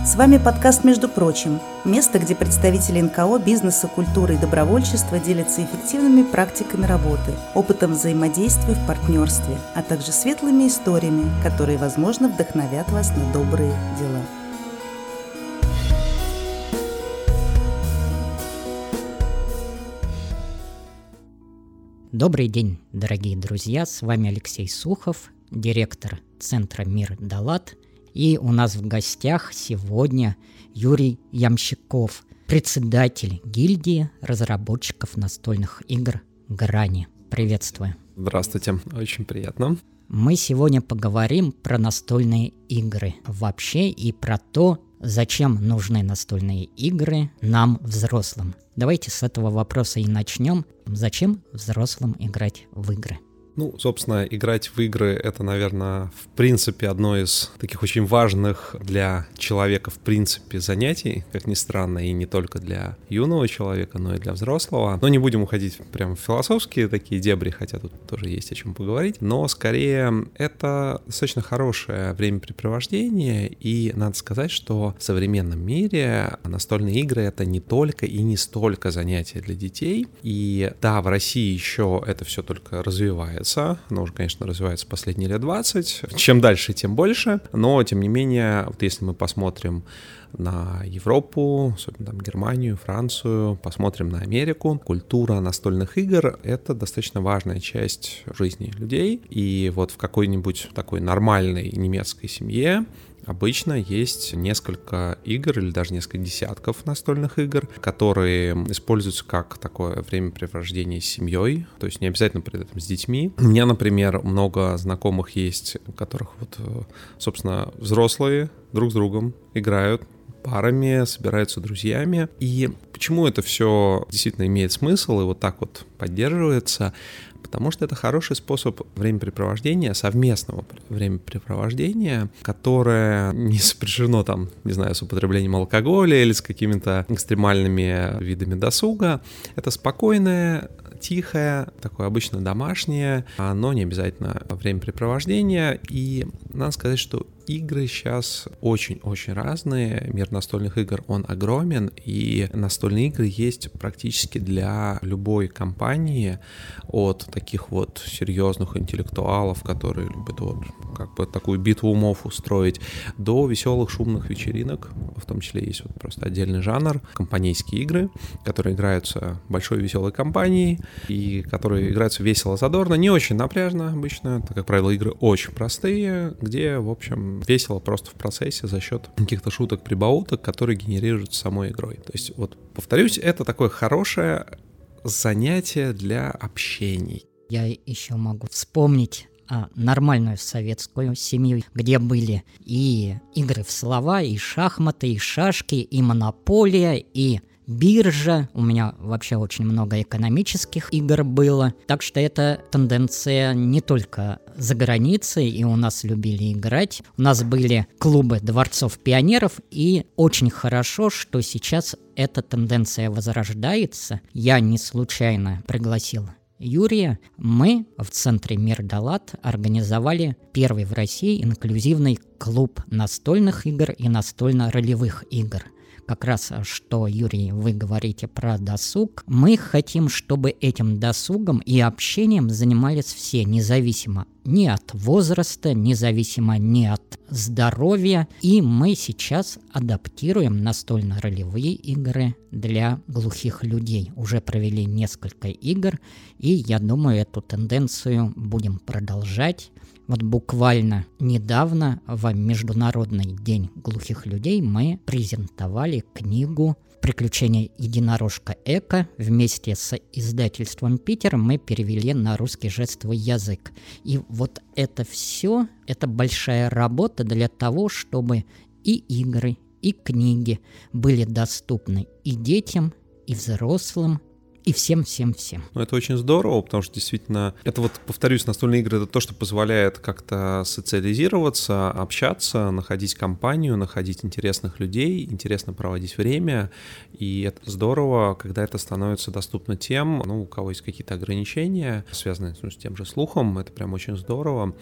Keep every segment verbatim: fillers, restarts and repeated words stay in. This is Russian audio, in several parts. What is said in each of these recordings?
С вами подкаст «Между прочим» – место, где представители эн ка о, бизнеса, культуры и добровольчества делятся эффективными практиками работы, опытом взаимодействия в партнерстве, а также светлыми историями, которые, возможно, вдохновят вас на добрые дела. Добрый день, дорогие друзья, с вами Алексей Сухов, директор Центра «Мир Далат», и у нас в гостях сегодня Юрий Ямщиков, председатель гильдии разработчиков настольных игр «Грани». Приветствую. Здравствуйте, очень приятно. Мы сегодня поговорим про настольные игры вообще и про то, зачем нужны настольные игры нам, взрослым. Давайте с этого вопроса и начнем. Зачем взрослым играть в игры? Ну, собственно, играть в игры — это, наверное, в принципе одно из таких очень важных для человека, в принципе, занятий, как ни странно, и не только для юного человека, но и для взрослого. Но не будем уходить прямо в философские такие дебри, хотя тут тоже есть о чем поговорить, но скорее это достаточно хорошее времяпрепровождение, и надо сказать, что в современном мире настольные игры — это не только и не столько занятия для детей, и да, в России еще это все только развивается. Оно уже, конечно, развивается последние лет двадцать. Чем дальше, тем больше. Но, тем не менее, вот если мы посмотрим на Европу, особенно там Германию, Францию, посмотрим на Америку, культура настольных игр — это достаточно важная часть жизни людей. И вот в какой-нибудь такой нормальной немецкой семье обычно есть несколько игр или даже несколько десятков настольных игр, которые используются как такое времяпрепровождение с семьей, то есть не обязательно при этом с детьми. У меня, например, много знакомых есть, у которых вот, собственно, взрослые друг с другом играют парами, собираются друзьями. И почему это все действительно имеет смысл и вот так вот поддерживается? Потому что это хороший способ времяпрепровождения, совместного времяпрепровождения, которое не сопряжено там, не знаю, с употреблением алкоголя или с какими-то экстремальными видами досуга. Это спокойное, тихое, такое обычно домашнее, но не обязательно времяпрепровождение. И надо сказать, что игры сейчас очень-очень разные. Мир настольных игр, он огромен, и настольные игры есть практически для любой компании, от таких вот серьезных интеллектуалов, которые любят вот как бы такую битву умов устроить, до веселых шумных вечеринок. В том числе есть вот просто отдельный жанр — компанейские игры, которые играются большой веселой компанией и которые играются весело, задорно, не очень напряжно обычно. Это, как правило, игры очень простые, где, в общем, весело просто в процессе за счет каких-то шуток, прибауток, которые генерируются самой игрой. То есть, вот, повторюсь, это такое хорошее занятие для общений. Я еще могу вспомнить а, нормальную советскую семью, где были и игры в слова, и шахматы, и шашки, и монополия, и биржа. У меня вообще очень много экономических игр было. Так что это тенденция не только за границей, и у нас любили играть. У нас были клубы дворцов пионеров, и очень хорошо, что сейчас эта тенденция возрождается. Я не случайно пригласил Юрия. Мы в Центре «Мир Далат» организовали первый в России инклюзивный клуб настольных игр и настольно-ролевых игр. Как раз, что, Юрий, вы говорите про досуг. Мы хотим, чтобы этим досугом и общением занимались все, независимо ни от возраста, независимо ни от здоровья. И мы сейчас адаптируем настольно-ролевые игры для глухих людей. Уже провели несколько игр, и я думаю, эту тенденцию будем продолжать. Вот буквально недавно в Международный день глухих людей мы презентовали книгу «Приключения единорожка Эко». Вместе с издательством «Питер» мы перевели на русский жестовый язык. И вот это все, это большая работа для того, чтобы и игры, и книги были доступны и детям, и взрослым, и всем-всем-всем. Ну, это очень здорово, потому что действительно, это вот, повторюсь, настольные игры — это то, что позволяет как-то социализироваться, общаться, находить компанию, находить интересных людей, интересно проводить время, и это здорово, когда это становится доступно тем, ну, у кого есть какие-то ограничения, связанные, ну, с тем же слухом, это прям очень здорово.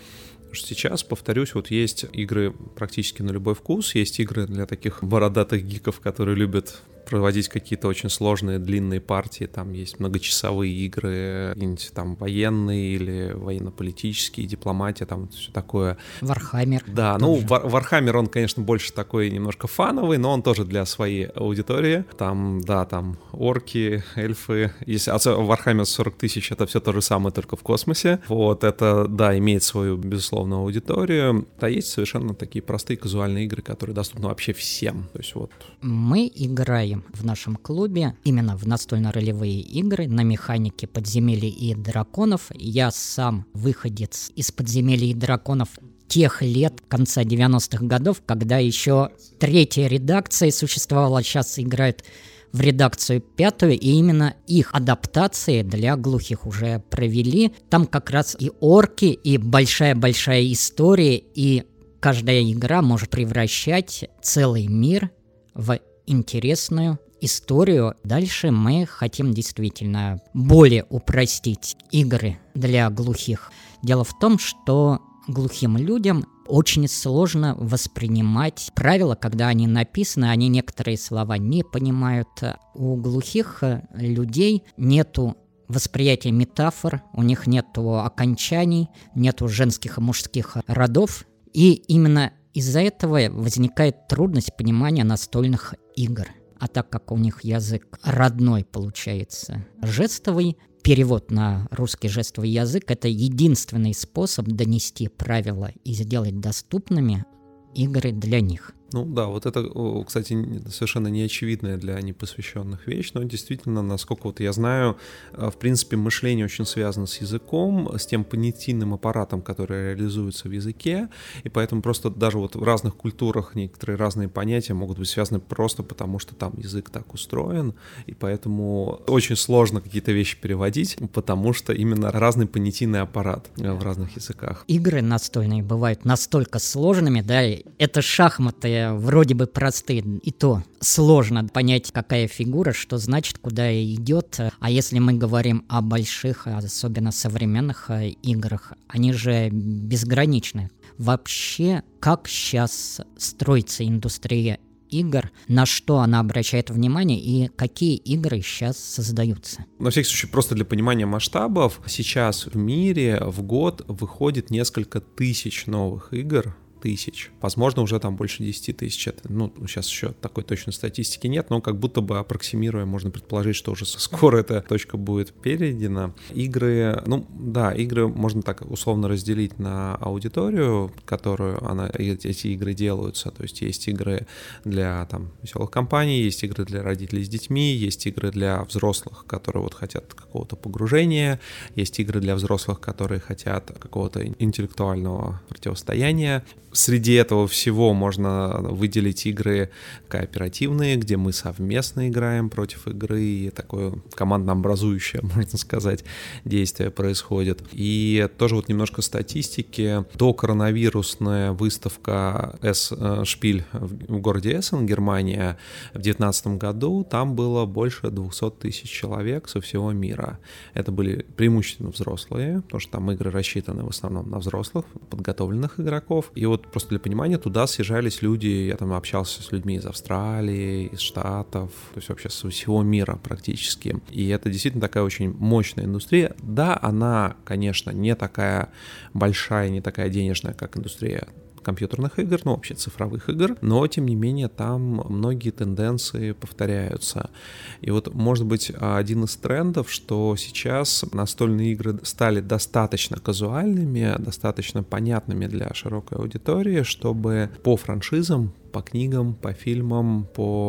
Потому что сейчас, повторюсь, вот есть игры практически на любой вкус, есть игры для таких бородатых гиков, которые любят проводить какие-то очень сложные длинные партии, там есть многочасовые игры, какие-нибудь там военные или военно-политические, дипломатия, там все такое. Вархаммер. Да, ну Вархаммер, он, конечно, больше такой немножко фановый, но он тоже для своей аудитории. Там, да, там орки, эльфы. Если Вархаммер сорок тысяч, это все то же самое, только в космосе. Вот, это, да, имеет свою, безусловно, аудиторию. Да, есть совершенно такие простые казуальные игры, которые доступны вообще всем. То есть вот. Мы играем в нашем клубе именно в настольно-ролевые игры на механике подземелий и драконов. Я сам выходец из подземелий и драконов тех лет, конца девяностых годов, когда еще третья редакция существовала, сейчас играют в редакцию пятую, и именно их адаптации для глухих уже провели. Там как раз и орки, и большая-большая история, и каждая игра может превращать целый мир в интересную историю. Дальше мы хотим действительно более упростить игры для глухих. Дело в том, что глухим людям очень сложно воспринимать правила, когда они написаны, они некоторые слова не понимают. У глухих людей нету восприятия метафор, у них нету окончаний, нету женских и мужских родов, и именно из-за этого возникает трудность понимания настольных игр. А так как у них язык родной получается жестовый, перевод на русский жестовый язык — это единственный способ донести правила и сделать доступными игры для них. Ну да, вот это, кстати, совершенно неочевидная для непосвященных вещь, но действительно, насколько вот я знаю, в принципе, мышление очень связано с языком, с тем понятийным аппаратом, который реализуется в языке, и поэтому просто даже вот в разных культурах некоторые разные понятия могут быть связаны просто потому, что там язык так устроен, и поэтому очень сложно какие-то вещи переводить, потому что именно разный понятийный аппарат в разных языках. Игры настольные бывают настолько сложными, да, это шахматы вроде бы простые, и то сложно понять, какая фигура, что значит, куда идет. А если мы говорим о больших, особенно современных играх, они же безграничны. Вообще, как сейчас строится индустрия игр, на что она обращает внимание и какие игры сейчас создаются? На всякий случай, просто для понимания масштабов, сейчас в мире в год выходит несколько тысяч новых игр, тысяч. Возможно, уже там больше десять тысяч. Это, ну, сейчас еще такой точной статистики нет, но как будто бы аппроксимируя, можно предположить, что уже скоро эта точка будет перейдена. Игры, ну, да, игры можно так условно разделить на аудиторию, которую она, эти игры делаются. То есть есть игры для там веселых компаний, есть игры для родителей с детьми, есть игры для взрослых, которые вот хотят какого-то погружения, есть игры для взрослых, которые хотят какого-то интеллектуального противостояния. Среди этого всего можно выделить игры кооперативные, где мы совместно играем против игры, и такое команднообразующее, можно сказать, действие происходит. И тоже вот немножко статистики. До коронавирусная выставка S-Шпиль в городе Эссен, Германия, в две тысячи девятнадцатом году, там было больше двести тысяч человек со всего мира. Это были преимущественно взрослые, потому что там игры рассчитаны в основном на взрослых, подготовленных игроков. И вот просто для понимания, туда съезжались люди, я там общался с людьми из Австралии, из Штатов, то есть вообще со всего мира практически. И это действительно такая очень мощная индустрия. Да, она, конечно, не такая большая, не такая денежная, как индустрия компьютерных игр, ну вообще цифровых игр, но тем не менее там многие тенденции повторяются. И вот может быть один из трендов, что сейчас настольные игры стали достаточно казуальными, достаточно понятными для широкой аудитории, чтобы по франшизам, по книгам, по фильмам,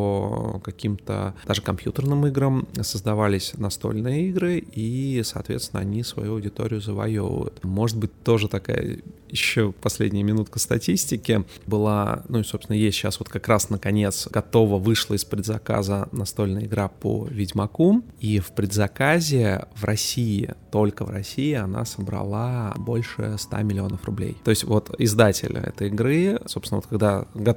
по каким-то даже компьютерным играм создавались настольные игры, и, соответственно, они свою аудиторию завоевывают. Может быть, тоже такая еще последняя минутка статистики была, ну и, собственно, есть сейчас вот как раз, наконец, готова, вышла из предзаказа настольная игра по Ведьмаку, и в предзаказе в России, только в России, она собрала больше ста миллионов рублей. То есть вот издатель этой игры, собственно, вот когда готовил предзаказ,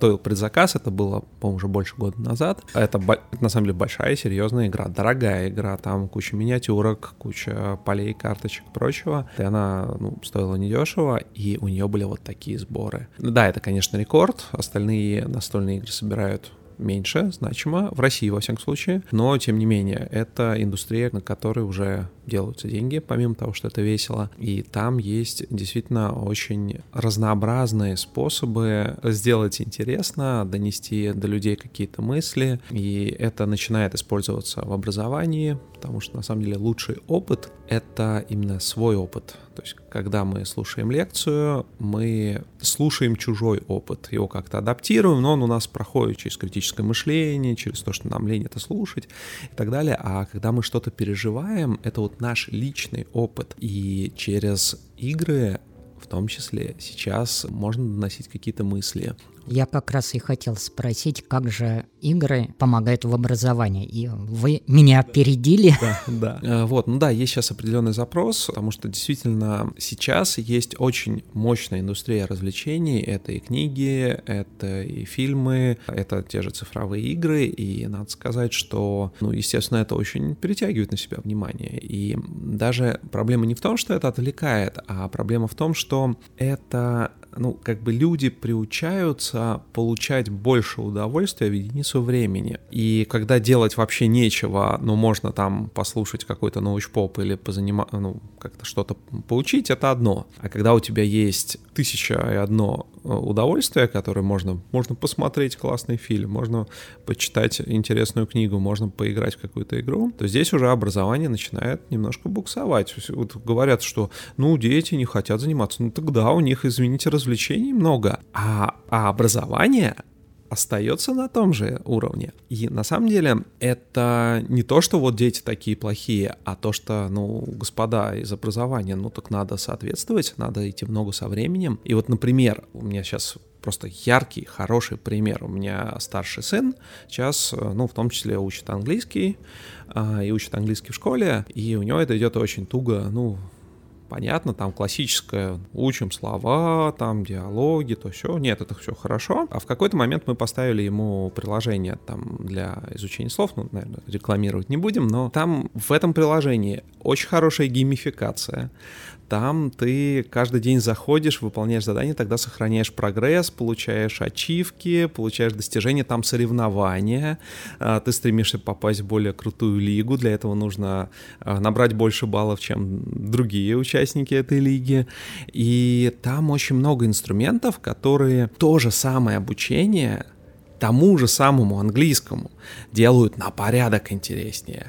заказ, это было, по-моему, уже больше года назад. Это, это на самом деле большая, серьезная игра, дорогая игра, там куча миниатюрок, куча полей, карточек и прочего. И она, ну, стоила недешево, и у нее были вот такие сборы. Да, это, конечно, рекорд, остальные настольные игры собирают меньше, значимо, в России, во всяком случае, но, тем не менее, это индустрия, на которой уже делаются деньги, помимо того, что это весело, и там есть действительно очень разнообразные способы сделать интересно, донести до людей какие-то мысли, и это начинает использоваться в образовании, потому что, на самом деле, лучший опыт — это именно свой опыт. То есть, когда мы слушаем лекцию, мы слушаем чужой опыт, его как-то адаптируем, но он у нас проходит через критическое мышление, через то, что нам лень это слушать и так далее. А когда мы что-то переживаем, это вот наш личный опыт. И через игры, в том числе, сейчас можно доносить какие-то мысли. Я как раз и хотел спросить, как же игры помогают в образовании, и вы меня опередили. Да, да. Вот, ну да, есть сейчас определенный запрос, потому что действительно сейчас есть очень мощная индустрия развлечений, это и книги, это и фильмы, это те же цифровые игры, и надо сказать, что, ну, естественно, это очень перетягивает на себя внимание, и даже проблема не в том, что это отвлекает, а проблема в том, что это... ну, как бы люди приучаются получать больше удовольствия в единицу времени. И когда делать вообще нечего, но можно там послушать какой-то научпоп или позаниматься, ну, как-то что-то поучить, это одно. А когда у тебя есть тысяча и одно удовольствие, которое можно, можно посмотреть классный фильм, можно почитать интересную книгу, можно поиграть в какую-то игру, то здесь уже образование начинает немножко буксовать. Вот говорят, что, ну, дети не хотят заниматься. Ну, тогда у них, извините, развлечений много. А, а образование остается на том же уровне. И на самом деле это не то, что вот дети такие плохие, а то, что, ну, господа из образования, ну, так надо соответствовать, надо идти в ногу со временем. И вот, например, у меня сейчас просто яркий, хороший пример. У меня старший сын сейчас, ну, в том числе учит английский, и учит английский в школе, и у него это идет очень туго, ну, понятно, там классическое, учим слова, там диалоги, то все. Нет, это все хорошо. А в какой-то момент мы поставили ему приложение там для изучения слов, ну, наверное, рекламировать не будем, но там в этом приложении очень хорошая геймификация. Там ты каждый день заходишь, выполняешь задания, тогда сохраняешь прогресс, получаешь ачивки, получаешь достижения, там соревнования, ты стремишься попасть в более крутую лигу, для этого нужно набрать больше баллов, чем другие участники этой лиги, и там очень много инструментов, которые то же самое обучение тому же самому английскому делают на порядок интереснее.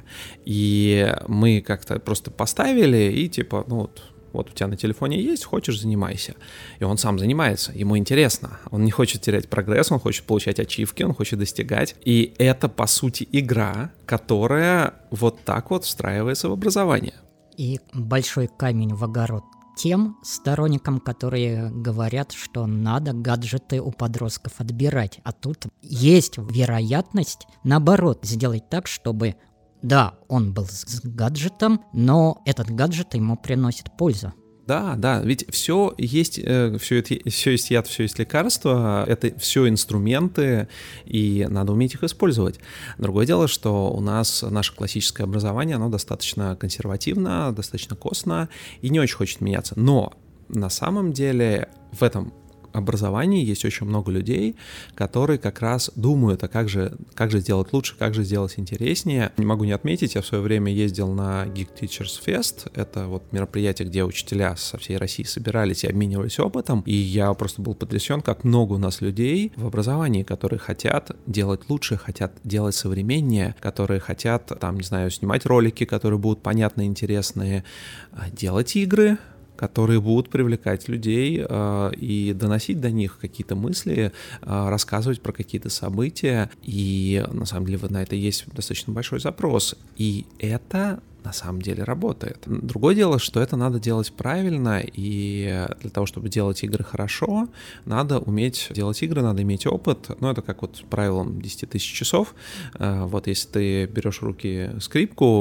И мы как-то просто поставили и типа, ну вот, вот у тебя на телефоне есть, хочешь — занимайся. И он сам занимается, ему интересно. Он не хочет терять прогресс, он хочет получать ачивки, он хочет достигать. И это, по сути, игра, которая вот так вот встраивается в образование. И большой камень в огород тем сторонникам, которые говорят, что надо гаджеты у подростков отбирать. А тут есть вероятность, наоборот, сделать так, чтобы, да, он был с гаджетом, но этот гаджет ему приносит пользу. Да, да, ведь все есть, э, все, это, все есть яд, все есть лекарство, это все инструменты, и надо уметь их использовать. Другое дело, что у нас наше классическое образование, оно достаточно консервативно, достаточно костно и не очень хочет меняться. Но на самом деле в этом образовании есть очень много людей, которые как раз думают, а как же, как же сделать лучше, как же сделать интереснее. Не могу не отметить, я в свое время ездил на Geek Teachers Fest, это вот мероприятие, где учителя со всей России собирались и обменивались опытом, и я просто был потрясен, как много у нас людей в образовании, которые хотят делать лучше, хотят делать современнее, которые хотят, там, не знаю, снимать ролики, которые будут понятны, интересные, делать игры, которые будут привлекать людей э, и доносить до них какие-то мысли, э, рассказывать про какие-то события. И на самом деле на это есть достаточно большой запрос. И это на самом деле работает. Другое дело, что это надо делать правильно, и для того, чтобы делать игры хорошо, надо уметь делать игры, надо иметь опыт. Ну, это как вот с правилом десять тысяч часов. Э, вот если ты берешь в руки скрипку,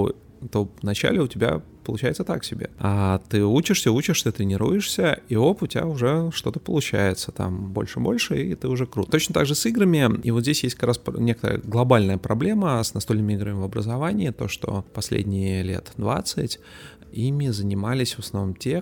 то вначале у тебя получается так себе. А ты учишься, учишься, тренируешься, и оп, у тебя уже что-то получается, там больше-больше, и ты уже крут. Точно так же с играми, и вот здесь есть как раз некоторая глобальная проблема с настольными играми в образовании, то, что последние лет двадцать ими занимались в основном те,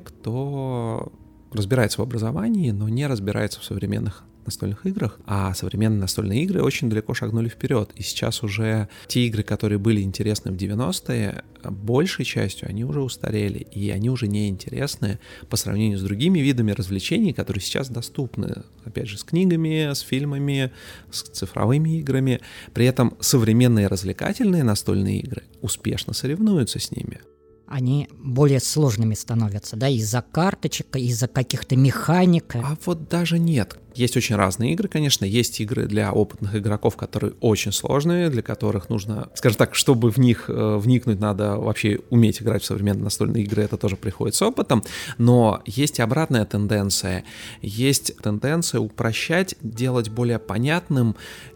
кто разбирается в образовании, но не разбирается в современных настольных играх, а современные настольные игры очень далеко шагнули вперед. И сейчас уже те игры, которые были интересны в девяностые, большей частью они уже устарели, и они уже не интересны по сравнению с другими видами развлечений, которые сейчас доступны, опять же, с книгами, с фильмами, с цифровыми играми. При этом современные развлекательные настольные игры успешно соревнуются с ними. Они более сложными становятся, да, из-за карточек, из-за каких-то механик. А вот даже нет. Есть очень разные игры, конечно. Есть игры для опытных игроков, которые очень сложные, для которых нужно, скажем так, чтобы в них э, вникнуть, надо вообще уметь играть в современные настольные игры, это тоже приходит с опытом. Но есть и обратная тенденция. Есть тенденция упрощать, делать более понятным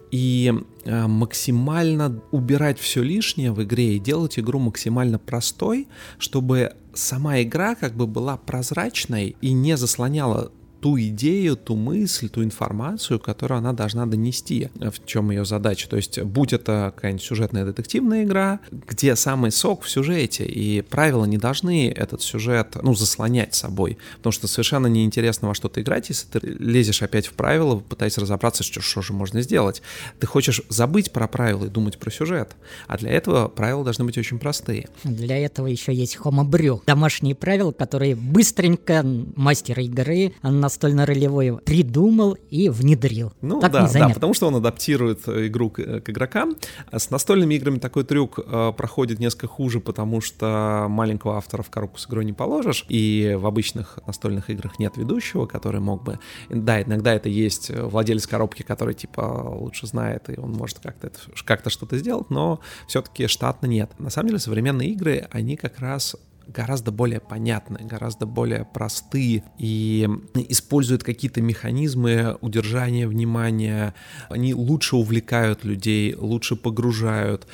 и э, максимально убирать все лишнее в игре и делать игру максимально простой, чтобы сама игра как бы была прозрачной и не заслоняла ту идею, ту мысль, ту информацию, которую она должна донести, в чем ее задача. То есть, будь это какая-нибудь сюжетная детективная игра, где самый сок в сюжете, и правила не должны этот сюжет, ну, заслонять собой, потому что совершенно неинтересно во что-то играть, если ты лезешь опять в правила, пытаясь разобраться, что, что же можно сделать. Ты хочешь забыть про правила и думать про сюжет, а для этого правила должны быть очень простые. Для этого еще есть homebrew, домашние правила, которые быстренько мастер игры на настольно-ролевой придумал и внедрил. Ну так да, да, потому что он адаптирует игру к, к игрокам. С настольными играми такой трюк э, проходит несколько хуже, потому что маленького автора в коробку с игрой не положишь, и в обычных настольных играх нет ведущего, который мог бы... Да, иногда это есть владелец коробки, который типа лучше знает, и он может как-то, это, как-то что-то сделать, но все-таки штатно нет. На самом деле современные игры, они как раз гораздо более понятны, гораздо более простые и используют какие-то механизмы удержания внимания. Они лучше увлекают людей, лучше погружают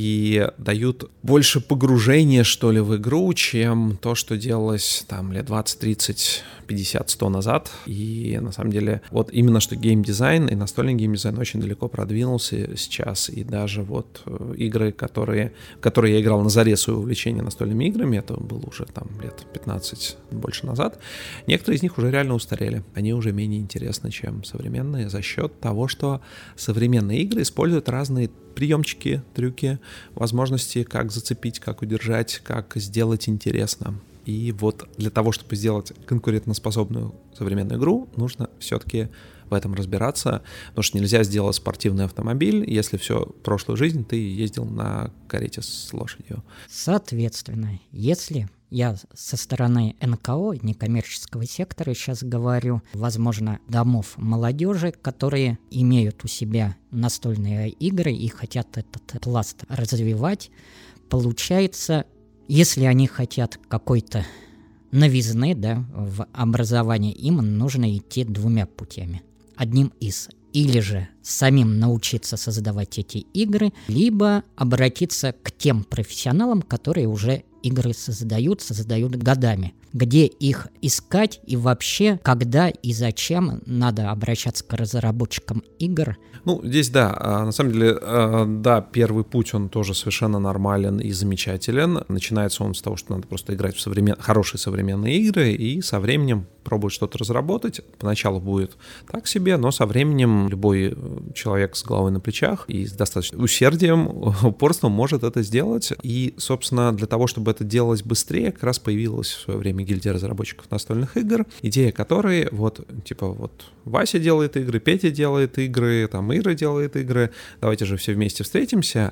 и дают больше погружения, что ли, в игру, чем то, что делалось там лет двадцать, тридцать, пятьдесят, сто назад. И на самом деле вот именно что геймдизайн и настольный геймдизайн очень далеко продвинулся сейчас. И даже вот игры, которые, в которые я играл на заре своего увлечения настольными играми, это было уже там лет пятнадцать больше назад, некоторые из них уже реально устарели. Они уже менее интересны, чем современные, за счет того, что современные игры используют разные приемчики, трюки, возможности, как зацепить, как удержать, как сделать интересно. И вот для того, чтобы сделать конкурентоспособную современную игру, нужно все-таки в этом разбираться, потому что нельзя сделать спортивный автомобиль, если всю прошлую жизнь ты ездил на карете с лошадью. Соответственно, если я со стороны эн ка о, некоммерческого сектора, сейчас говорю, возможно, домов молодежи, которые имеют у себя настольные игры и хотят этот пласт развивать, получается, если они хотят какой-то новизны, да, в образовании, им нужно идти двумя путями. Одним из. Или же самим научиться создавать эти игры, либо обратиться к тем профессионалам, которые уже игры создают, создают годами. Где их искать и вообще, когда и зачем надо обращаться к разработчикам игр? Ну, здесь да, на самом деле, да, первый путь, он тоже совершенно нормален и замечателен. Начинается он с того, что надо просто играть в современ... хорошие современные игры и со временем пробовать что-то разработать. Поначалу будет так себе, но со временем любой человек с головой на плечах и с достаточным усердием, упорством может это сделать. И, собственно, для того, чтобы это делалось быстрее, как раз появилась в свое время гильдия разработчиков настольных игр, идея которой, вот, типа, вот, Вася делает игры, Петя делает игры, там, Ира делает игры, давайте же все вместе встретимся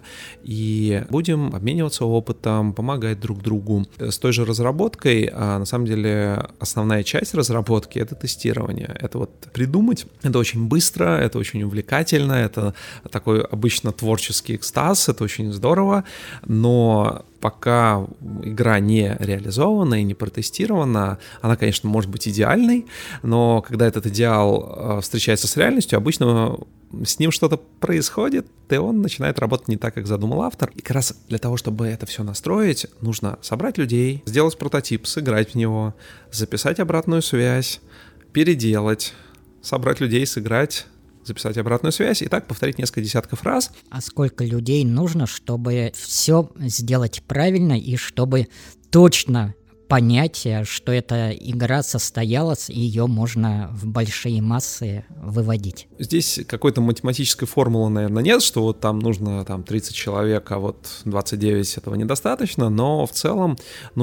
и будем обмениваться опытом, помогать друг другу. С той же разработкой, а на самом деле основная часть разработки — это тестирование. Это вот придумать, это очень быстро, это очень увлекательно, это такой обычно творческий экстаз, это очень здорово, но пока игра не реализована и не протестирована, она, конечно, может быть идеальной, но когда этот идеал встречается с реальностью, обычно с ним что-то происходит, и он начинает работать не так, как задумал автор. И как раз для того, чтобы это все настроить, нужно собрать людей, сделать прототип, сыграть в него, записать обратную связь, переделать, собрать людей, сыграть, записать обратную связь и так повторить несколько десятков раз. А сколько людей нужно, чтобы все сделать правильно и чтобы точно понять, что эта игра состоялась, и ее можно в большие массы выводить? Здесь какой-то математической формулы, наверное, нет, что вот там нужно там, тридцать человек, а вот двадцать девять этого недостаточно, но в целом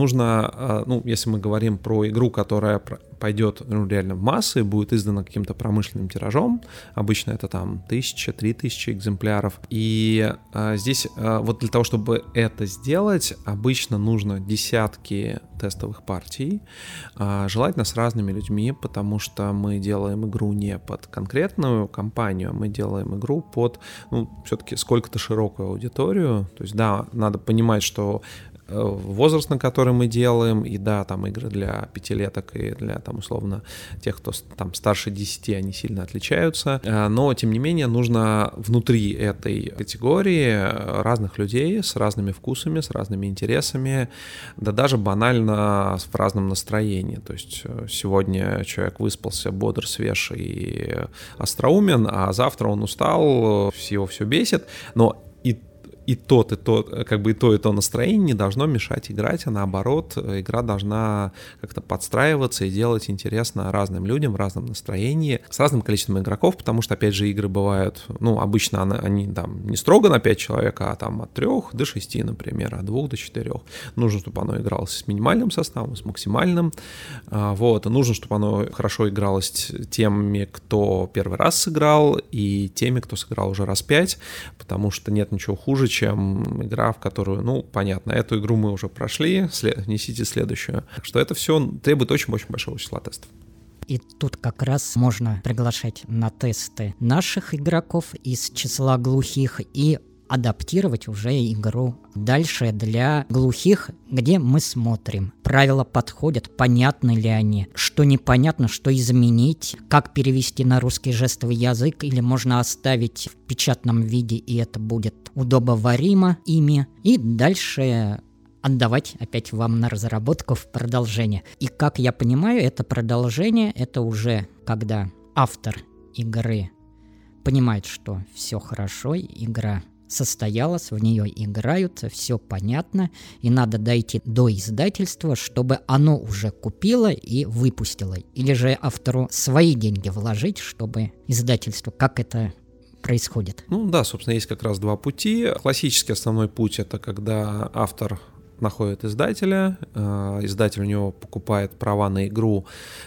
нужно, ну, если мы говорим про игру, которая пойдет ну, реально в массы, будет издана каким-то промышленным тиражом, обычно это там тысяча, три тысячи экземпляров, и а, здесь а, вот для того, чтобы это сделать, обычно нужно десятки тестовых партий, а, желательно с разными людьми, потому что мы делаем игру не под конкретную компанию, а мы делаем игру под, ну, все-таки сколько-то широкую аудиторию, то есть, да, надо понимать, что возраст, на который мы делаем, и да, там игры для пятилеток и для, там, условно, тех, кто там старше десяти, они сильно отличаются, но, тем не менее, нужно внутри этой категории разных людей с разными вкусами, с разными интересами, да даже банально в разном настроении, то есть сегодня человек выспался бодр, свеж и остроумен, а завтра он устал, его все бесит, но и И тот, и тот, как бы и то, и то настроение не должно мешать играть, а наоборот, игра должна как-то подстраиваться и делать интересно разным людям в разном настроении, с разным количеством игроков, потому что, опять же, игры бывают, ну, обычно они там не строго на пять человек, а там от трех до шести, например, от двух до четырех. Нужно, чтобы оно игралось с минимальным составом, с максимальным, вот, нужно, чтобы оно хорошо игралось теми, кто первый раз сыграл, и теми, кто сыграл уже раз пять, потому что нет ничего хуже, чем игра, в которую, ну, понятно, эту игру мы уже прошли, след... несите следующую. Так что это все требует очень-очень большого числа тестов. И тут как раз можно приглашать на тесты наших игроков из числа глухих и адаптировать уже игру дальше для глухих, где мы смотрим. Правила подходят, понятны ли они, что непонятно, что изменить, как перевести на русский жестовый язык, или можно оставить в печатном виде, и это будет удобоваримо ими, и дальше отдавать опять вам на разработку в продолжение. И как я понимаю, это продолжение, это уже когда автор игры понимает, что все хорошо, игра состоялась, в нее играют, все понятно, и надо дойти до издательства, чтобы оно уже купило и выпустило. Или же автору свои деньги вложить, чтобы издательство, как это происходит? Ну да, собственно, есть как раз два пути. Классический основной путь — это когда автор находит издателя, издатель у него покупает права на игру,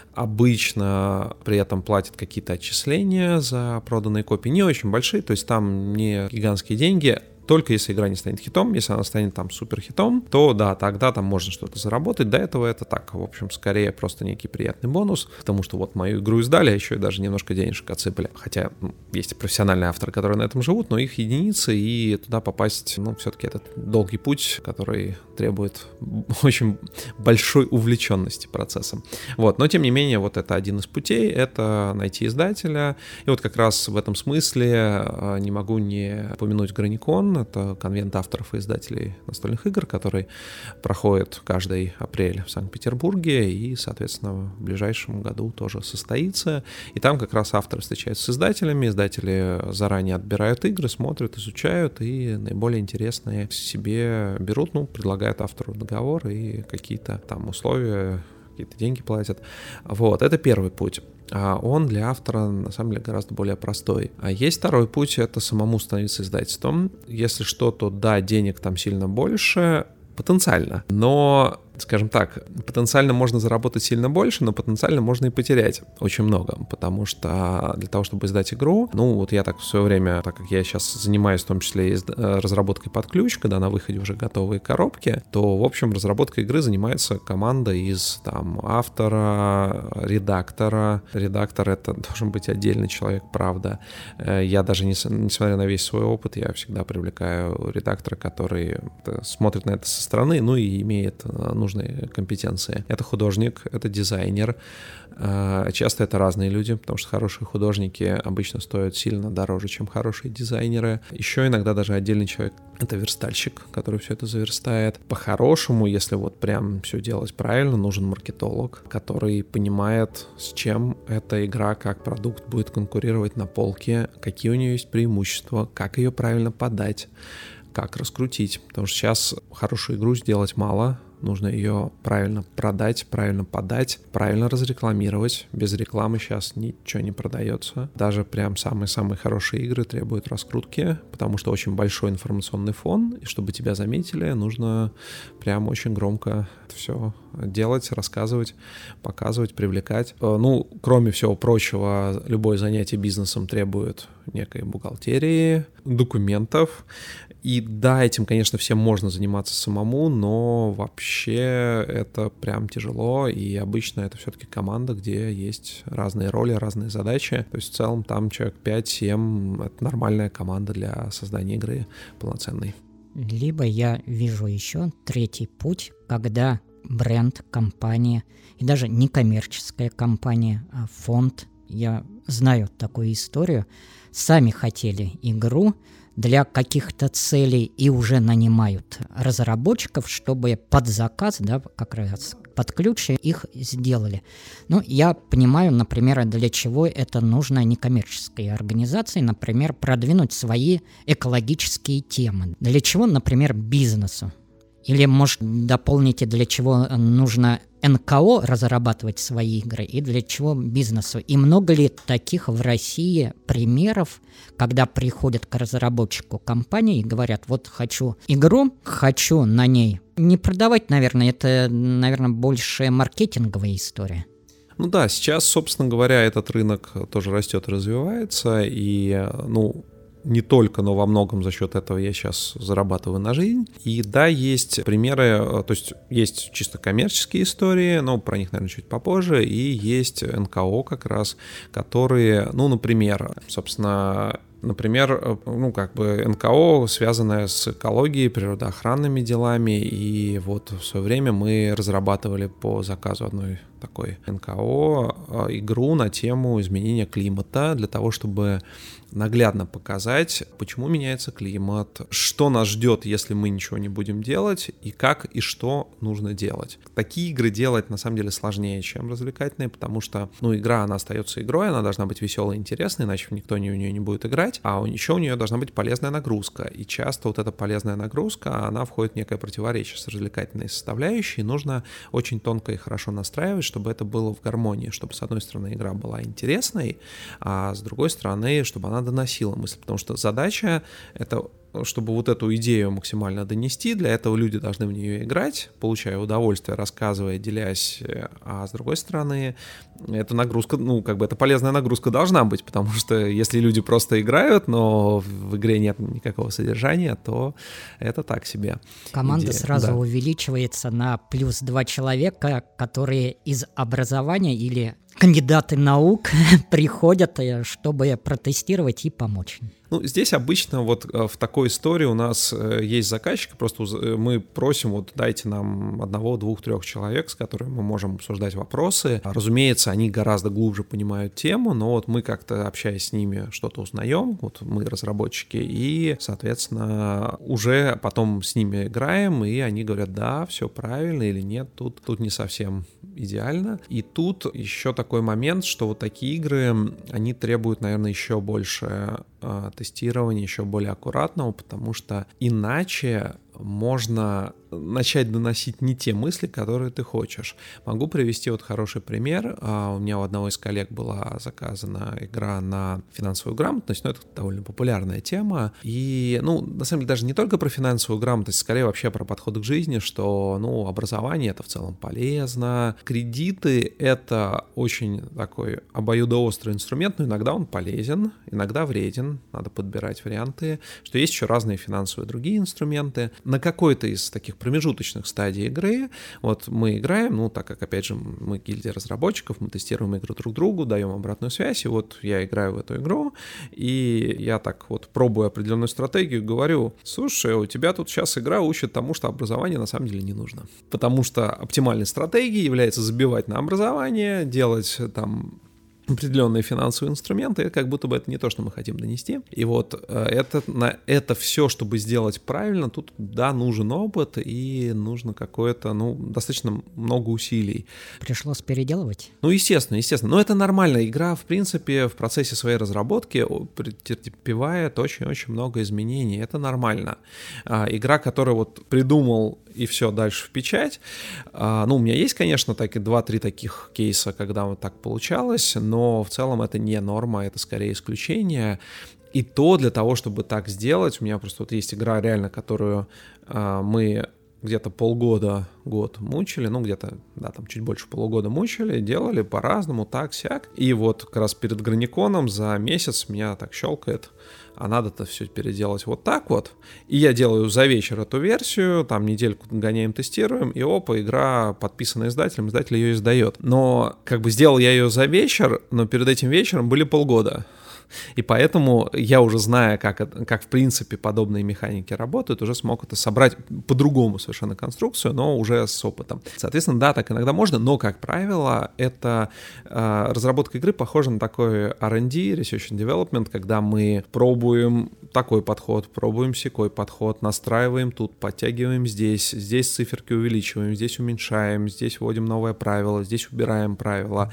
обычно при этом платит какие-то отчисления за проданные копии, не очень большие, то есть там не гигантские деньги. Только если игра не станет хитом, если она станет там супер хитом, то да, тогда там можно что-то заработать. До этого это так, в общем, скорее просто некий приятный бонус, потому что вот мою игру издали, а еще и даже немножко денежек отсыпали. Хотя ну, есть и профессиональные авторы, которые на этом живут, но их единицы, и туда попасть, ну, все-таки этот долгий путь, который требует очень большой увлеченности процессом. Вот, но тем не менее, вот это один из путей, это найти издателя. И вот как раз в этом смысле не могу не упомянуть Граникон. Это конвент авторов и издателей настольных игр, который проходит каждый апрель в Санкт-Петербурге и, соответственно, в ближайшем году тоже состоится. И там как раз авторы встречаются с издателями, издатели заранее отбирают игры, смотрят, изучают и наиболее интересные себе берут, ну, предлагают автору договор и какие-то там условия, какие-то деньги платят. Вот, это первый путь. А он для автора, на самом деле, гораздо более простой. А есть второй путь — это самому становиться издательством. Если что, то да, денег там сильно больше, потенциально. Но, скажем так, потенциально можно заработать сильно больше, но потенциально можно и потерять очень много, потому что для того, чтобы издать игру, ну вот я так в свое время, так как я сейчас занимаюсь в том числе и разработкой под ключ, когда на выходе уже готовые коробки, то, в общем, разработкой игры занимается команда из там автора, редактора. Редактор — это должен быть отдельный человек, правда. Я даже, несмотря на весь свой опыт, я всегда привлекаю редактора, который смотрит на это со стороны, ну и имеет нужные нужные компетенции. Это художник, это дизайнер. Часто это разные люди, потому что хорошие художники обычно стоят сильно дороже, чем хорошие дизайнеры. Еще иногда даже отдельный человек — это верстальщик, который все это заверстает. По-хорошему, если вот прям все делать правильно, нужен маркетолог, который понимает, с чем эта игра как продукт будет конкурировать на полке, какие у нее есть преимущества, как ее правильно подать, как раскрутить. Потому что сейчас хорошую игру сделать мало, нужно ее правильно продать, правильно подать, правильно разрекламировать. Без рекламы сейчас ничего не продается. Даже прям самые-самые хорошие игры требуют раскрутки, потому что очень большой информационный фон, и чтобы тебя заметили, нужно прям очень громко это все делать, рассказывать, показывать, привлекать. Ну, кроме всего прочего, любое занятие бизнесом требует некой бухгалтерии, документов. И да, этим, конечно, всем можно заниматься самому, но вообще это прям тяжело, и обычно это все-таки команда, где есть разные роли, разные задачи. То есть в целом там человек пять-семь — это нормальная команда для создания игры полноценной. Либо я вижу еще третий путь, когда бренд, компания, и даже не коммерческая компания, а фонд, я знаю такую историю, сами хотели игру для каких-то целей и уже нанимают разработчиков, чтобы под заказ, да, как раз под ключ их сделали. Ну, я понимаю, например, для чего это нужно некоммерческой организации, например, продвинуть свои экологические темы. Для чего, например, бизнесу? Или, может, дополните, для чего нужно эн ка о разрабатывать свои игры и для чего бизнесу? И много ли таких в России примеров, когда приходят к разработчику компании и говорят, вот хочу игру, хочу на ней не продавать, наверное, это, наверное, больше маркетинговая история. Ну да, сейчас, собственно говоря, этот рынок тоже растет и развивается, и, ну, не только, но во многом за счет этого я сейчас зарабатываю на жизнь. И да, есть примеры, то есть есть чисто коммерческие истории, но про них, наверное, чуть попозже, и есть эн ка о как раз, которые, ну, например, собственно, Например, ну, как бы эн ка о, связанное с экологией, природоохранными делами, и вот в свое время мы разрабатывали по заказу одной такой эн ка о игру на тему изменения климата для того, чтобы наглядно показать, почему меняется климат, что нас ждет, если мы ничего не будем делать, и как и что нужно делать. Такие игры делать на самом деле сложнее, чем развлекательные, потому что, ну, игра, она остается игрой, она должна быть веселой и интересной, иначе никто в нее не будет играть, а еще у нее должна быть полезная нагрузка, и часто вот эта полезная нагрузка, она входит в некое противоречие с развлекательной составляющей, и нужно очень тонко и хорошо настраивать, чтобы это было в гармонии, чтобы, с одной стороны, игра была интересной, а с другой стороны, чтобы она доносила мысль, потому что задача — это чтобы вот эту идею максимально донести, для этого люди должны в нее играть, получая удовольствие, рассказывая, делясь, а с другой стороны, эта нагрузка, ну, как бы эта полезная нагрузка должна быть, потому что если люди просто играют, но в игре нет никакого содержания, то это так себе. Команда идея. сразу Да. увеличивается на плюс два человека, которые из образования или кандидаты наук приходят, чтобы протестировать и помочь. Ну, здесь обычно вот в такой истории у нас есть заказчик, просто мы просим, вот дайте нам одного, двух, трех человек, с которыми мы можем обсуждать вопросы. Разумеется, они гораздо глубже понимают тему, но вот мы как-то, общаясь с ними, что-то узнаем, вот мы разработчики, и, соответственно, уже потом с ними играем, и они говорят, да, все правильно или нет, тут, тут не совсем идеально. И тут еще такой момент, что вот такие игры, они требуют, наверное, еще больше тестирования, еще более аккуратного, потому что иначе можно начать доносить не те мысли, которые ты хочешь. Могу привести вот хороший пример. У меня у одного из коллег была заказана игра на финансовую грамотность, но это довольно популярная тема. И, ну, на самом деле, даже не только про финансовую грамотность, скорее вообще про подход к жизни, что, ну, образование — это в целом полезно. Кредиты — это очень такой обоюдоострый инструмент, но иногда он полезен, иногда вреден, надо подбирать варианты, что есть еще разные финансовые другие инструменты. на какой-то из таких промежуточных стадий игры, вот мы играем, ну, так как, опять же, мы гильдия разработчиков, мы тестируем игру друг другу, даем обратную связь, и вот я играю в эту игру, и я так вот пробую определенную стратегию, говорю: слушай, у тебя тут сейчас игра учит тому, что образование на самом деле не нужно. Потому что оптимальной стратегией является забивать на образование, делать там определенные финансовые инструменты, как будто бы это не то, что мы хотим донести. И вот это, на это все, чтобы сделать правильно, тут, да, нужен опыт и нужно какое-то, ну, достаточно много усилий. Пришлось переделывать? Ну, естественно, естественно. Но это нормально. Игра, в принципе, в процессе своей разработки претерпевает очень-очень много изменений. Это нормально. А, игра, которую вот придумал и все, дальше в печать. А, ну, у меня есть, конечно, так и два-три таких кейса, когда вот так получалось, но в целом это не норма, это скорее исключение. И то для того, чтобы так сделать, у меня просто вот есть игра реально, которую а, мы где-то полгода, год мучили, ну где-то, да, там чуть больше полугода мучили, делали по-разному, так-сяк. И вот как раз перед Граниконом за месяц меня так щелкает, а надо-то все переделать вот так вот. И я делаю за вечер эту версию, там недельку гоняем, тестируем, и опа, игра подписана издателем, издатель ее издает. Но как бы сделал я ее за вечер, но перед этим вечером были полгода. И поэтому я уже, зная, как, как в принципе подобные механики работают, уже смог это собрать по-другому совершенно конструкцию, но уже с опытом. Соответственно, да, так иногда можно, но, как правило, это э, разработка игры похожа на такой ар энд ди, Research and Development, когда мы пробуем такой подход, пробуем сякой подход, настраиваем тут, подтягиваем здесь, здесь циферки увеличиваем, здесь уменьшаем, здесь вводим новое правило, здесь убираем правила,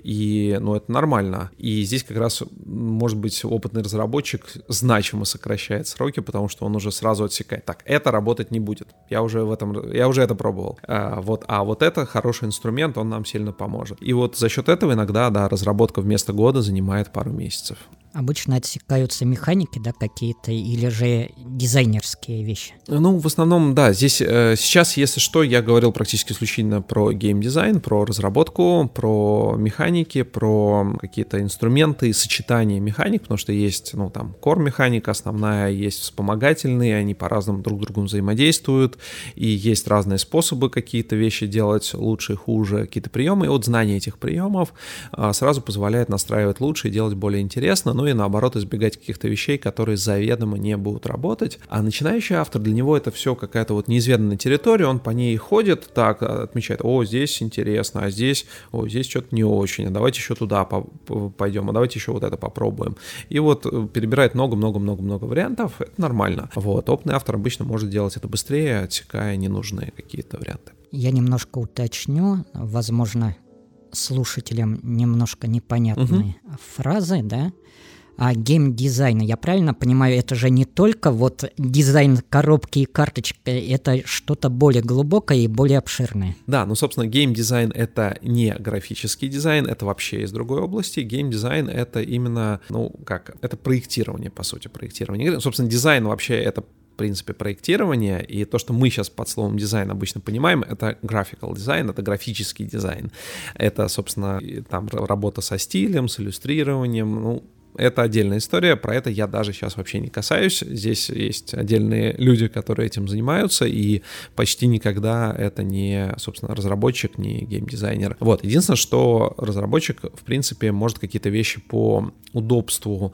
и, ну, это нормально. И здесь как раз может быть, опытный разработчик значимо сокращает сроки, потому что он уже сразу отсекает: так, это работать не будет, я уже в этом, я уже это пробовал, а вот, а вот это хороший инструмент, он нам сильно поможет. И вот за счет этого иногда, да, разработка вместо года занимает пару месяцев. Обычно отсекаются механики, да, какие-то, или же дизайнерские вещи? Ну, в основном, да, здесь э, сейчас, если что, я говорил практически исключительно про геймдизайн, про разработку, про механики, про какие-то инструменты, сочетание механик, потому что есть, ну, там, core-механика основная, есть вспомогательные, они по-разному друг с другом взаимодействуют, и есть разные способы какие-то вещи делать лучше, хуже, какие-то приемы, и вот знание этих приемов э, сразу позволяет настраивать лучше и делать более интересно, но и наоборот избегать каких-то вещей, которые заведомо не будут работать. А начинающий автор, для него это все какая-то вот неизведанная территория, он по ней ходит, так отмечает: о, здесь интересно, а здесь, о, здесь что-то не очень, а давайте еще туда пойдем, а давайте еще вот это попробуем. И вот перебирает много-много-много-много вариантов, это нормально. Вот, опытный автор обычно может делать это быстрее, отсекая ненужные какие-то варианты. Я немножко уточню, возможно, слушателям немножко непонятные угу. фразы, да? А геймдизайн, я правильно понимаю, это же не только вот дизайн коробки и карточки, это что-то более глубокое и более обширное. Да, ну, собственно, геймдизайн — это не графический дизайн, это вообще из другой области. Геймдизайн — это именно, ну, как, это проектирование, по сути, проектирование. Собственно, дизайн вообще — это в принципе проектирование, и то, что мы сейчас под словом дизайн обычно понимаем, это graphical design, это графический дизайн. Это, собственно, там работа со стилем, с иллюстрированием, ну, это отдельная история, про это я даже сейчас вообще не касаюсь. Здесь есть отдельные люди, которые этим занимаются, и почти никогда это не, собственно, разработчик, не геймдизайнер. Вот, единственное, что разработчик, в принципе, может какие-то вещи по удобству,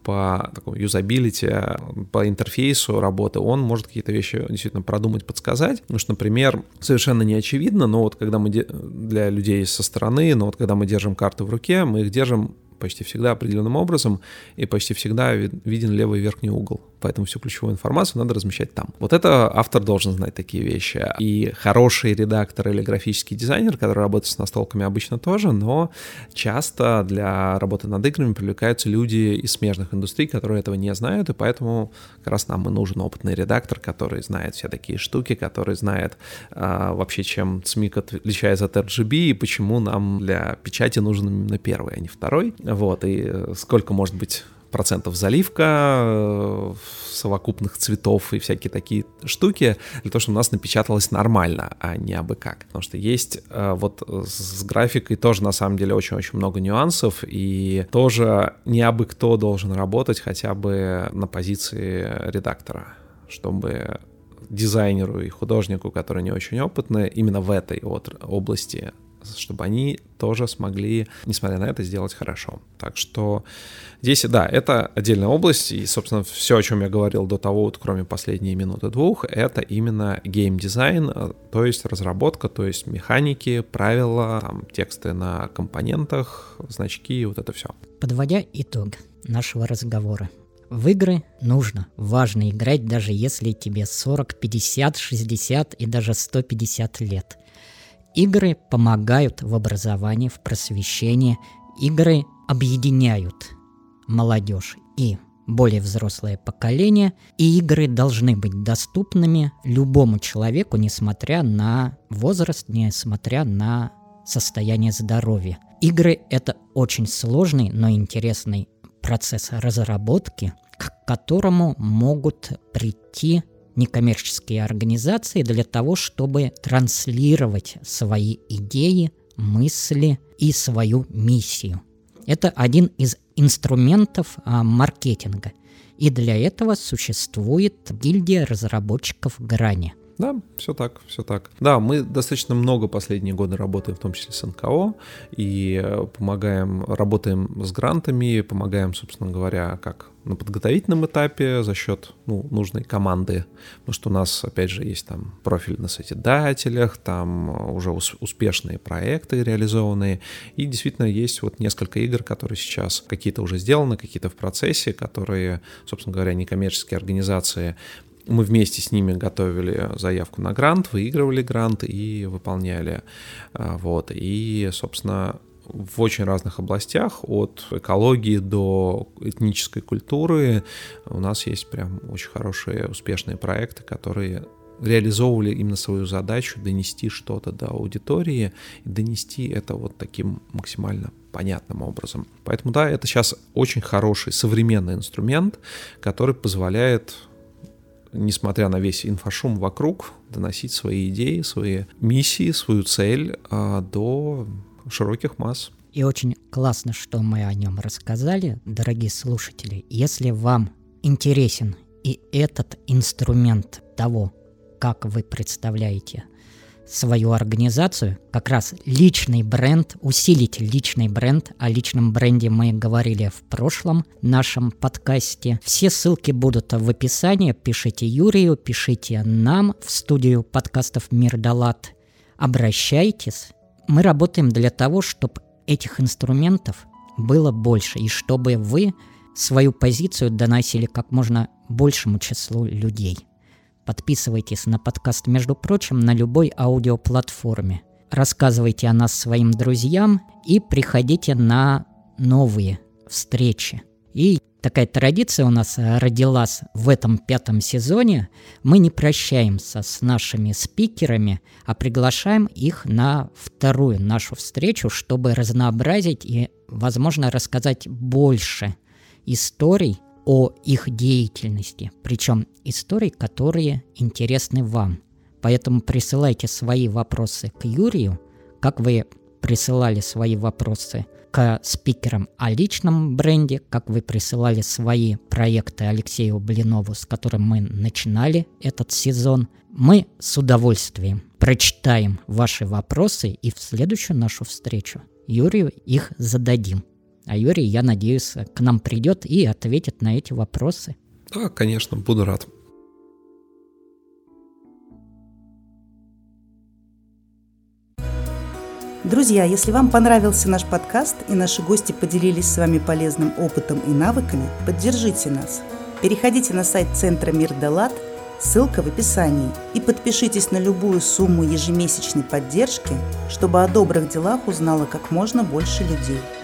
по такому юзабилити, по интерфейсу работы, он может какие-то вещи действительно продумать, подсказать. Потому что, например, совершенно не очевидно, но вот когда мы де... для людей со стороны, но вот когда мы держим карты в руке, мы их держим почти всегда определенным образом, и почти всегда виден левый верхний угол. Поэтому всю ключевую информацию надо размещать там. Вот это автор должен знать такие вещи. И хороший редактор или графический дизайнер, который работает с настолками, обычно тоже, но часто для работы над играми привлекаются люди из смежных индустрий, которые этого не знают, и поэтому как раз нам и нужен опытный редактор, который знает все такие штуки, который знает а, вообще, чем цмик отличается от эр джи би, и почему нам для печати нужен именно первый, а не второй. Вот, и сколько может быть процентов заливка, совокупных цветов и всякие такие штуки, для того, чтобы у нас напечаталось нормально, а не абы как. Потому что есть вот с графикой тоже на самом деле очень-очень много нюансов, и тоже не абы кто должен работать хотя бы на позиции редактора, чтобы дизайнеру и художнику, которые не очень опытны именно в этой области, чтобы они тоже смогли, несмотря на это, сделать хорошо. Так что здесь, да, это отдельная область, и, собственно, все, о чем я говорил до того, вот, кроме последней минуты-двух, это именно геймдизайн, то есть разработка, то есть механики, правила, там, тексты на компонентах, значки, вот это все. Подводя итог нашего разговора, в игры нужно, важно играть, даже если тебе сорок, пятьдесят, шестьдесят и даже сто пятьдесят лет. Игры помогают в образовании, в просвещении. Игры объединяют молодежь и более взрослое поколение. И игры должны быть доступными любому человеку, несмотря на возраст, несмотря на состояние здоровья. Игры — это очень сложный, но интересный процесс разработки, к которому могут прийти некоммерческие организации для того, чтобы транслировать свои идеи, мысли и свою миссию. Это один из инструментов а, маркетинга. И для этого существует гильдия разработчиков Грани. Да, все так, все так. Да, мы достаточно много последние годы работаем, в том числе с эн ка о, и помогаем, работаем с грантами, помогаем, собственно говоря, как на подготовительном этапе за счет ну, нужной команды, потому что у нас, опять же, есть там профиль на созидателях, там уже успешные проекты реализованные, и действительно есть вот несколько игр, которые сейчас какие-то уже сделаны, какие-то в процессе, которые, собственно говоря, некоммерческие организации. Мы вместе с ними готовили заявку на грант, выигрывали грант и выполняли. Вот. И, собственно, в очень разных областях, от экологии до этнической культуры, у нас есть прям очень хорошие, успешные проекты, которые реализовывали именно свою задачу донести что-то до аудитории и донести это вот таким максимально понятным образом. Поэтому, да, это сейчас очень хороший современный инструмент, который позволяет, несмотря на весь инфошум вокруг, доносить свои идеи, свои миссии, свою цель а, до широких масс. И очень классно, что мы о нем рассказали, дорогие слушатели. Если вам интересен и этот инструмент того, как вы представляете свою организацию, как раз личный бренд, усилить личный бренд. О личном бренде мы говорили в прошлом нашем подкасте. Все ссылки будут в описании. Пишите Юрию, пишите нам в студию подкастов «Мир Далат». Обращайтесь. Мы работаем для того, чтобы этих инструментов было больше, и чтобы вы свою позицию доносили как можно большему числу людей. Подписывайтесь на подкаст, между прочим, на любой аудиоплатформе. Рассказывайте о нас своим друзьям и приходите на новые встречи. И такая традиция у нас родилась в этом пятом сезоне. Мы не прощаемся с нашими спикерами, а приглашаем их на вторую нашу встречу, чтобы разнообразить и, возможно, рассказать больше историй о их деятельности, причем истории, которые интересны вам. Поэтому присылайте свои вопросы к Юрию, как вы присылали свои вопросы к спикерам о личном бренде, как вы присылали свои проекты Алексею Блинову, с которым мы начинали этот сезон. Мы с удовольствием прочитаем ваши вопросы и в следующую нашу встречу Юрию их зададим. А Юрий, я надеюсь, к нам придет и ответит на эти вопросы. Да, конечно, буду рад. Друзья, если вам понравился наш подкаст и наши гости поделились с вами полезным опытом и навыками, поддержите нас. Переходите на сайт Центра Мир Далат, ссылка в описании, и подпишитесь на любую сумму ежемесячной поддержки, чтобы о добрых делах узнало как можно больше людей.